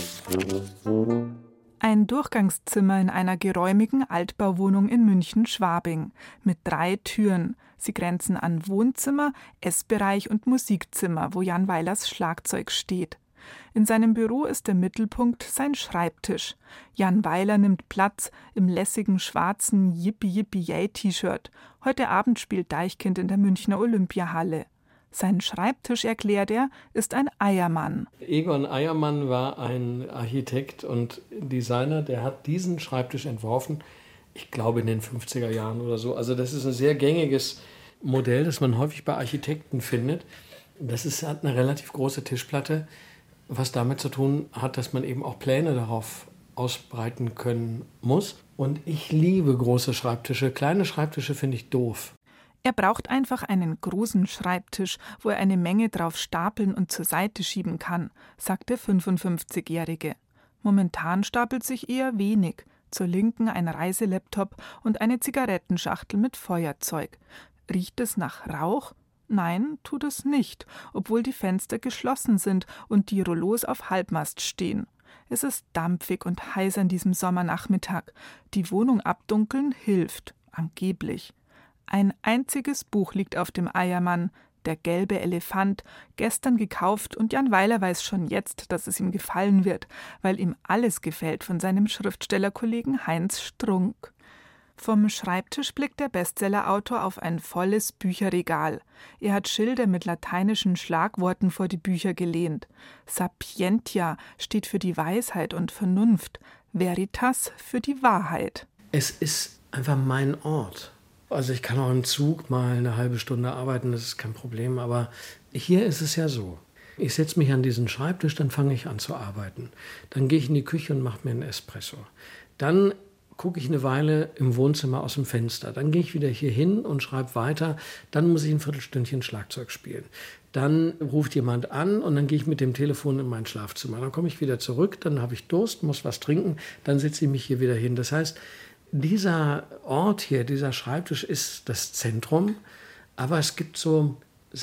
Speaker 16: Ein Durchgangszimmer in einer geräumigen Altbauwohnung in München-Schwabing mit drei Türen. Sie grenzen an Wohnzimmer, Essbereich und Musikzimmer, wo Jan Weilers Schlagzeug steht. In seinem Büro ist der Mittelpunkt sein Schreibtisch. Jan Weiler nimmt Platz im lässigen schwarzen Yippie-Yippie-Yay-T-Shirt. Heute Abend spielt Deichkind in der Münchner Olympiahalle. Sein Schreibtisch, erklärt er, ist ein Eiermann.
Speaker 17: Egon Eiermann war ein Architekt und Designer, der hat diesen Schreibtisch entworfen, ich glaube in den fünfziger Jahren oder so. Also das ist ein sehr gängiges Modell, das man häufig bei Architekten findet. Das ist, hat eine relativ große Tischplatte, was damit zu tun hat, dass man eben auch Pläne darauf ausbreiten können muss. Und ich liebe große Schreibtische. Kleine Schreibtische finde ich doof.
Speaker 16: Er braucht einfach einen großen Schreibtisch, wo er eine Menge drauf stapeln und zur Seite schieben kann, sagt der fünfundfünfzigjährige. Momentan stapelt sich eher wenig. Zur Linken ein Reiselaptop und eine Zigarettenschachtel mit Feuerzeug. Riecht es nach Rauch? Nein, tut es nicht, obwohl die Fenster geschlossen sind und die Rollos auf Halbmast stehen. Es ist dampfig und heiß an diesem Sommernachmittag. Die Wohnung abdunkeln hilft, angeblich. Ein einziges Buch liegt auf dem Eiermann, Der gelbe Elefant, gestern gekauft, und Jan Weiler weiß schon jetzt, dass es ihm gefallen wird, weil ihm alles gefällt von seinem Schriftstellerkollegen Heinz Strunk. Vom Schreibtisch blickt der Bestsellerautor auf ein volles Bücherregal. Er hat Schilder mit lateinischen Schlagworten vor die Bücher gelehnt. Sapientia steht für die Weisheit und Vernunft, Veritas für die Wahrheit.
Speaker 17: Es ist einfach mein Ort. Also ich kann auch im Zug mal eine halbe Stunde arbeiten, das ist kein Problem, aber hier ist es ja so. Ich setze mich an diesen Schreibtisch, dann fange ich an zu arbeiten. Dann gehe ich in die Küche und mache mir einen Espresso. Dann gucke ich eine Weile im Wohnzimmer aus dem Fenster. Dann gehe ich wieder hier hin und schreibe weiter. Dann muss ich ein Viertelstündchen Schlagzeug spielen. Dann ruft jemand an und dann gehe ich mit dem Telefon in mein Schlafzimmer. Dann komme ich wieder zurück, dann habe ich Durst, muss was trinken, dann setze ich mich hier wieder hin. Das heißt, dieser Ort hier, dieser Schreibtisch ist das Zentrum, aber es gibt so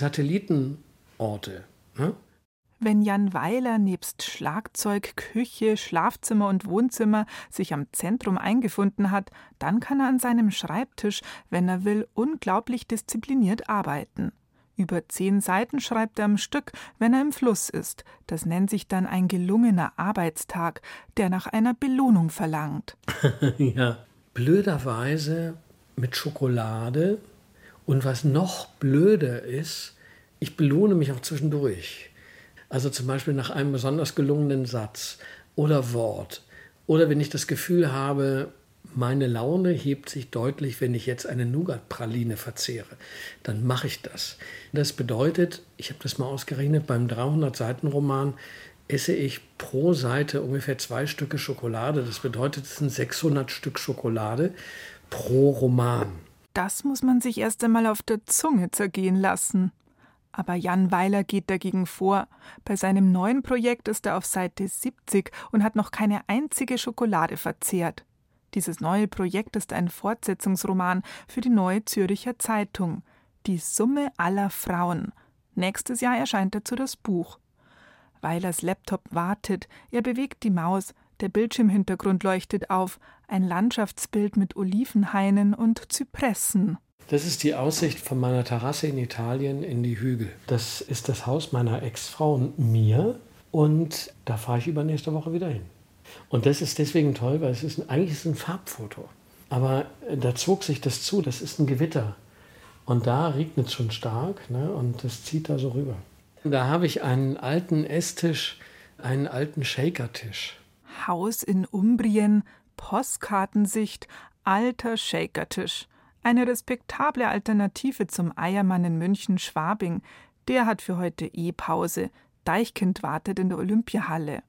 Speaker 17: Satellitenorte, ne?
Speaker 16: Wenn Jan Weiler nebst Schlagzeug, Küche, Schlafzimmer und Wohnzimmer sich am Zentrum eingefunden hat, dann kann er an seinem Schreibtisch, wenn er will, unglaublich diszipliniert arbeiten. Über zehn Seiten schreibt er am Stück, wenn er im Fluss ist. Das nennt sich dann ein gelungener Arbeitstag, der nach einer Belohnung verlangt.
Speaker 17: Ja, blöderweise mit Schokolade Und was noch blöder ist, ich belohne mich auch zwischendurch. Also zum Beispiel nach einem besonders gelungenen Satz oder Wort. Oder wenn ich das Gefühl habe, meine Laune hebt sich deutlich, wenn ich jetzt eine Nougat-Praline verzehre. Dann mache ich das. Das bedeutet, ich habe das mal ausgerechnet, beim dreihundert-Seiten-Roman esse ich pro Seite ungefähr zwei Stücke Schokolade. Das bedeutet, es sind sechshundert Stück Schokolade pro Roman.
Speaker 16: Das muss man sich erst einmal auf der Zunge zergehen lassen. Aber Jan Weiler geht dagegen vor. Bei seinem neuen Projekt ist er auf Seite siebzig und hat noch keine einzige Schokolade verzehrt. Dieses neue Projekt ist ein Fortsetzungsroman für die Neue Zürcher Zeitung. Die Summe aller Frauen. Nächstes Jahr erscheint dazu das Buch. Weilers Laptop wartet, er bewegt die Maus, der Bildschirmhintergrund leuchtet auf, ein Landschaftsbild mit Olivenhainen und Zypressen.
Speaker 17: Das ist die Aussicht von meiner Terrasse in Italien in die Hügel. Das ist das Haus meiner Ex-Frau und mir und da fahre ich übernächste Woche wieder hin. Und das ist deswegen toll, weil es ist, eigentlich ist es ein Farbfoto. Aber da zog sich das zu, das ist ein Gewitter. Und da regnet es schon stark, ne, und das zieht da so rüber. Da habe ich einen alten Esstisch, einen alten Shakertisch.
Speaker 16: Haus in Umbrien, Postkartensicht, alter Shakertisch. Eine respektable Alternative zum Eiermann in München-Schwabing. Der hat für heute eh Pause. Deichkind wartet in der Olympiahalle.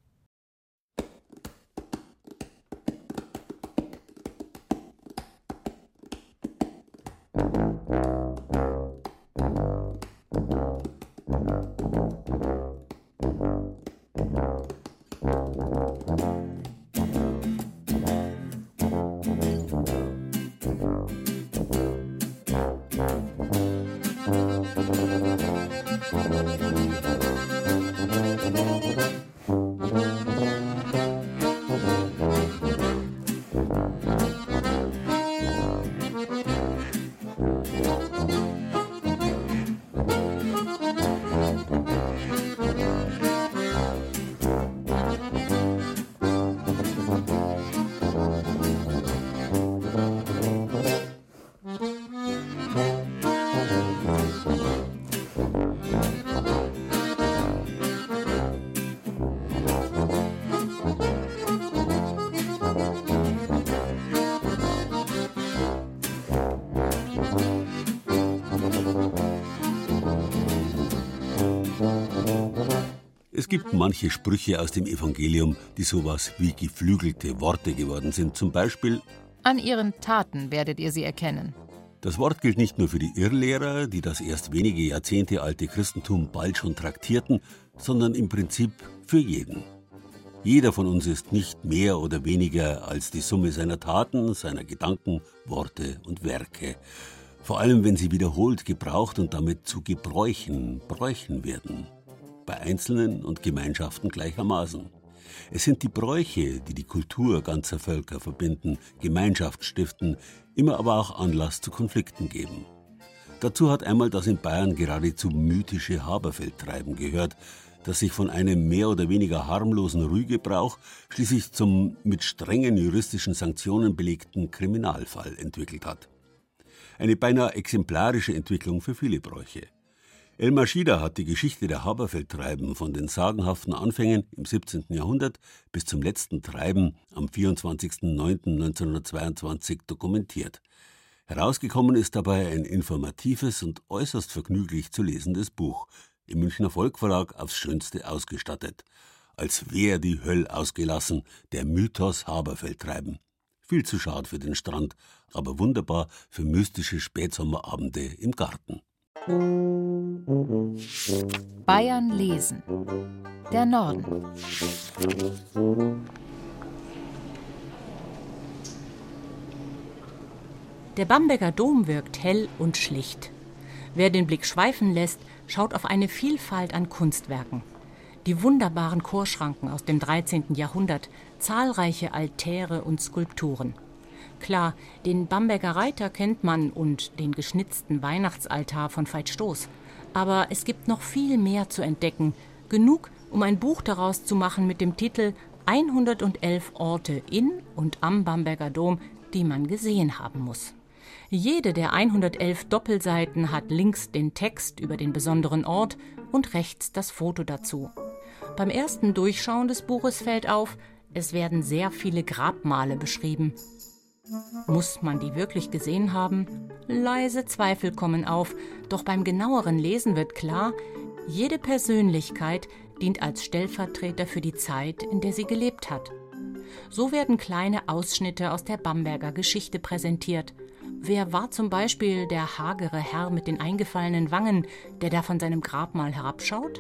Speaker 3: Es gibt manche Sprüche aus dem Evangelium, die sowas wie geflügelte Worte geworden sind. Zum Beispiel:
Speaker 2: An ihren Taten werdet ihr sie erkennen.
Speaker 3: Das Wort gilt nicht nur für die Irrlehrer, die das erst wenige Jahrzehnte alte Christentum bald schon traktierten, sondern im Prinzip für jeden. Jeder von uns ist nicht mehr oder weniger als die Summe seiner Taten, seiner Gedanken, Worte und Werke. Vor allem, wenn sie wiederholt gebraucht und damit zu Gebräuchen, Bräuchen werden. Bei Einzelnen und Gemeinschaften gleichermaßen. Es sind die Bräuche, die die Kultur ganzer Völker verbinden, Gemeinschaft stiften, immer aber auch Anlass zu Konflikten geben. Dazu hat einmal das in Bayern geradezu mythische Haberfeldtreiben gehört, das sich von einem mehr oder weniger harmlosen Rügebrauch schließlich zum mit strengen juristischen Sanktionen belegten Kriminalfall entwickelt hat. Eine beinahe exemplarische Entwicklung für viele Bräuche. Elmar Schieder hat die Geschichte der Haberfeldtreiben von den sagenhaften Anfängen im siebzehnten Jahrhundert bis zum letzten Treiben am vierundzwanzigsten neunten neunzehnhundertzweiundzwanzig dokumentiert. Herausgekommen ist dabei ein informatives und äußerst vergnüglich zu lesendes Buch, im Münchner Volk-Verlag aufs Schönste ausgestattet. Als wäre die Höll ausgelassen, der Mythos Haberfeldtreiben. Viel zu schad für den Strand, aber wunderbar für mystische Spätsommerabende im Garten.
Speaker 2: Bayern lesen. Der Norden.
Speaker 18: Der Bamberger Dom wirkt hell und schlicht. Wer den Blick schweifen lässt, schaut auf eine Vielfalt an Kunstwerken. Die wunderbaren Chorschranken aus dem dreizehnten Jahrhundert, zahlreiche Altäre und Skulpturen. Klar, den Bamberger Reiter kennt man und den geschnitzten Weihnachtsaltar von Veit Stoß. Aber es gibt noch viel mehr zu entdecken. Genug, um ein Buch daraus zu machen mit dem Titel hundertelf Orte in und am Bamberger Dom, die man gesehen haben muss. Jede der hundertelf Doppelseiten hat links den Text über den besonderen Ort und rechts das Foto dazu. Beim ersten Durchschauen des Buches fällt auf, es werden sehr viele Grabmale beschrieben. Muss man die wirklich gesehen haben? Leise Zweifel kommen auf, doch beim genaueren Lesen wird klar, jede Persönlichkeit dient als Stellvertreter für die Zeit, in der sie gelebt hat. So werden kleine Ausschnitte aus der Bamberger Geschichte präsentiert. Wer war zum Beispiel der hagere Herr mit den eingefallenen Wangen, der da von seinem Grabmal herabschaut?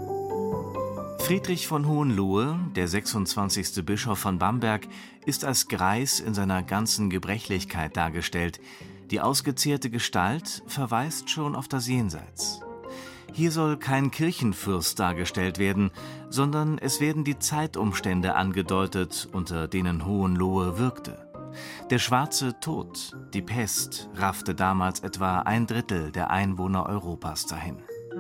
Speaker 11: Friedrich von Hohenlohe, der sechsundzwanzigste Bischof von Bamberg, ist als Greis in seiner ganzen Gebrechlichkeit dargestellt. Die ausgezehrte Gestalt verweist schon auf das Jenseits. Hier soll kein Kirchenfürst dargestellt werden, sondern es werden die Zeitumstände angedeutet, unter denen Hohenlohe wirkte. Der schwarze Tod, die Pest, raffte damals etwa ein Drittel der Einwohner Europas dahin.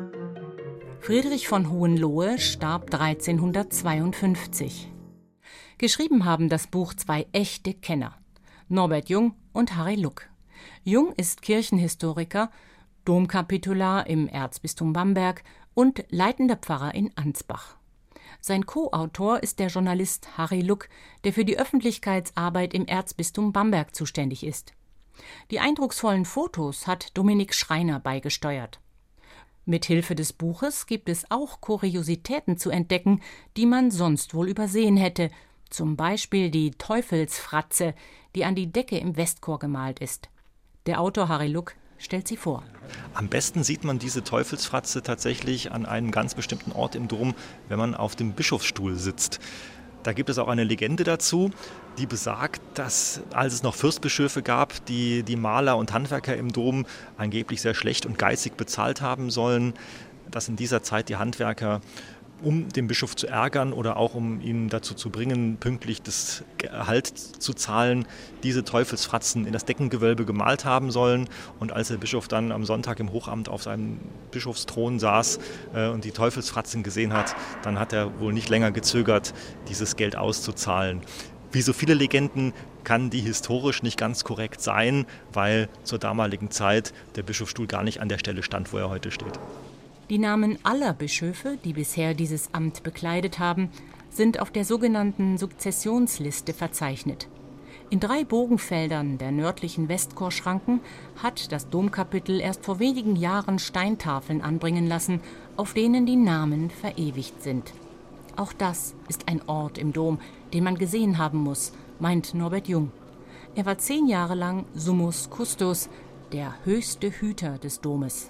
Speaker 18: Friedrich von Hohenlohe starb dreizehnhundertzweiundfünfzig. Geschrieben haben das Buch zwei echte Kenner, Norbert Jung und Harry Luck. Jung ist Kirchenhistoriker, Domkapitular im Erzbistum Bamberg und leitender Pfarrer in Ansbach. Sein Co-Autor ist der Journalist Harry Luck, der für die Öffentlichkeitsarbeit im Erzbistum Bamberg zuständig ist. Die eindrucksvollen Fotos hat Dominik Schreiner beigesteuert. Mithilfe des Buches gibt es auch Kuriositäten zu entdecken, die man sonst wohl übersehen hätte, zum Beispiel die Teufelsfratze, die an die Decke im Westchor gemalt ist. Der Autor Harry Luck stellt sie vor.
Speaker 19: Am besten sieht man diese Teufelsfratze tatsächlich an einem ganz bestimmten Ort im Dom, wenn man auf dem Bischofsstuhl sitzt. Da gibt es auch eine Legende dazu, die besagt, dass als es noch Fürstbischöfe gab, die die Maler und Handwerker im Dom angeblich sehr schlecht und geizig bezahlt haben sollen, dass in dieser Zeit die Handwerker, um den Bischof zu ärgern oder auch um ihn dazu zu bringen, pünktlich das Gehalt zu zahlen, diese Teufelsfratzen in das Deckengewölbe gemalt haben sollen. Und als der Bischof dann am Sonntag im Hochamt auf seinem Bischofsthron saß äh, und die Teufelsfratzen gesehen hat, dann hat er wohl nicht länger gezögert, dieses Geld auszuzahlen. Wie so viele Legenden kann die historisch nicht ganz korrekt sein, weil zur damaligen Zeit der Bischofsstuhl gar nicht an der Stelle stand, wo er heute steht.
Speaker 18: Die Namen aller Bischöfe, die bisher dieses Amt bekleidet haben, sind auf der sogenannten Sukzessionsliste verzeichnet. In drei Bogenfeldern der nördlichen Westchorschranken hat das Domkapitel erst vor wenigen Jahren Steintafeln anbringen lassen, auf denen die Namen verewigt sind. Auch das ist ein Ort im Dom, den man gesehen haben muss, meint Norbert Jung. Er war zehn Jahre lang Summus Custos, der höchste Hüter des Domes.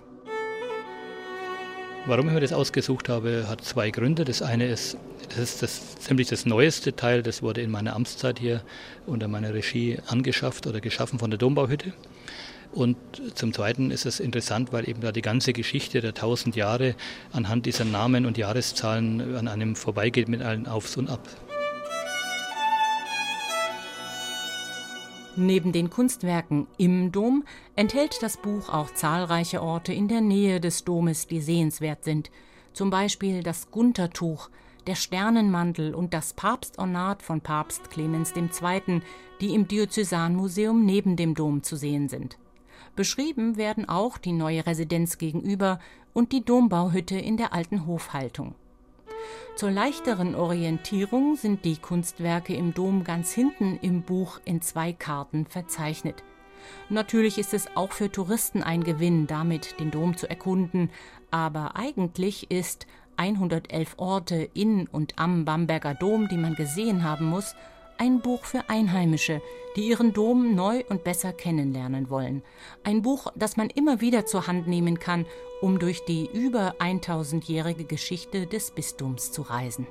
Speaker 20: Warum ich mir das ausgesucht habe, hat zwei Gründe. Das eine ist, das ist das, ziemlich das neueste Teil, das wurde in meiner Amtszeit hier unter meiner Regie angeschafft oder geschaffen von der Dombauhütte. Und zum Zweiten ist es interessant, weil eben da die ganze Geschichte der tausend Jahre anhand dieser Namen und Jahreszahlen an einem vorbeigeht mit allen Aufs und Abs.
Speaker 18: Neben den Kunstwerken im Dom enthält das Buch auch zahlreiche Orte in der Nähe des Domes, die sehenswert sind. Zum Beispiel das Guntertuch, der Sternenmantel und das Papstornat von Papst Clemens der Zweite., die im Diözesanmuseum neben dem Dom zu sehen sind. Beschrieben werden auch die neue Residenz gegenüber und die Dombauhütte in der alten Hofhaltung. Zur leichteren Orientierung sind die Kunstwerke im Dom ganz hinten im Buch in zwei Karten verzeichnet. Natürlich ist es auch für Touristen ein Gewinn, damit den Dom zu erkunden, aber eigentlich ist hundertelf Orte in und am Bamberger Dom, die man gesehen haben muss, ein Buch für Einheimische, die ihren Dom neu und besser kennenlernen wollen. Ein Buch, das man immer wieder zur Hand nehmen kann, um durch die über tausendjährige Geschichte des Bistums zu reisen.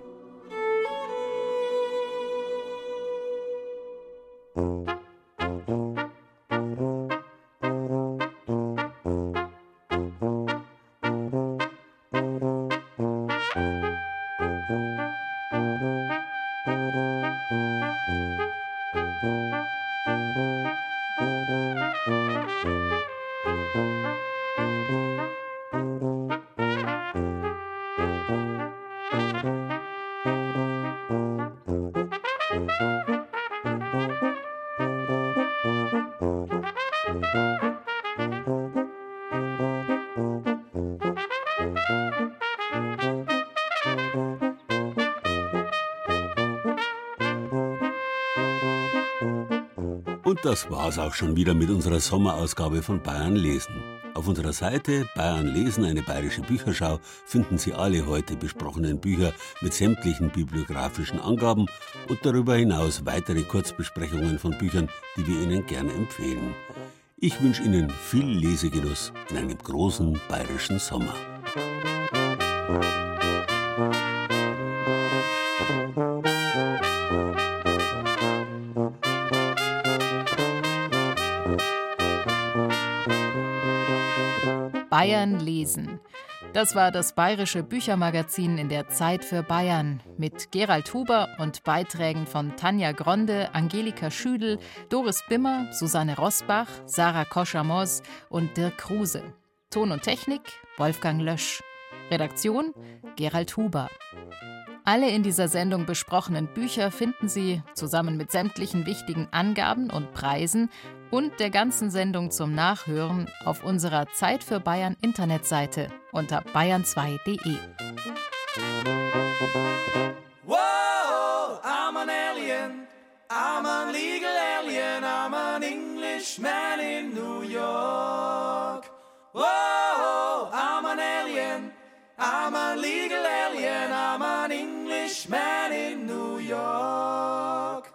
Speaker 3: Und das war's auch schon wieder mit unserer Sommerausgabe von Bayern lesen. Auf unserer Seite Bayern lesen, eine bayerische Bücherschau, finden Sie alle heute besprochenen Bücher mit sämtlichen bibliografischen Angaben und darüber hinaus weitere Kurzbesprechungen von Büchern, die wir Ihnen gerne empfehlen. Ich wünsche Ihnen viel Lesegenuss in einem großen bayerischen Sommer.
Speaker 2: Bayern lesen. Das war das bayerische Büchermagazin in der Zeit für Bayern mit Gerald Huber und Beiträgen von Tanja Gronde, Angelika Schüdel, Doris Bimmer, Susanne Rosbach, Sarah Kosch-Amos und Dirk Kruse. Ton und Technik Wolfgang Lösch. Redaktion Gerald Huber. Alle in dieser Sendung besprochenen Bücher finden Sie zusammen mit sämtlichen wichtigen Angaben und Preisen und der ganzen Sendung zum Nachhören auf unserer Zeit für Bayern Internetseite unter bayern zwei punkt de.
Speaker 21: Whoa, I'm an alien, I'm a legal alien, I'm an Englishman in New York. Whoa, I'm an alien, I'm a legal alien, I'm an Englishman in New York.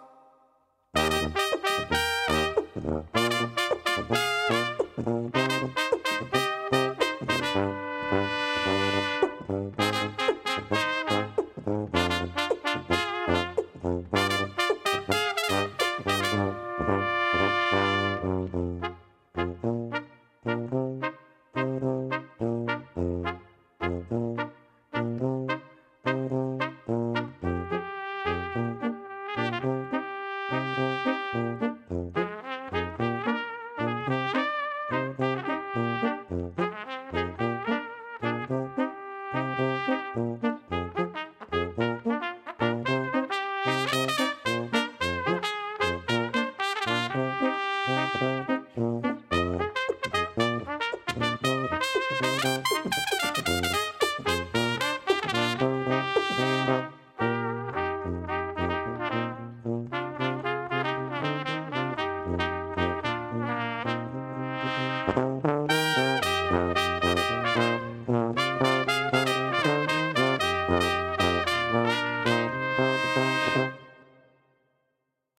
Speaker 21: Thank you.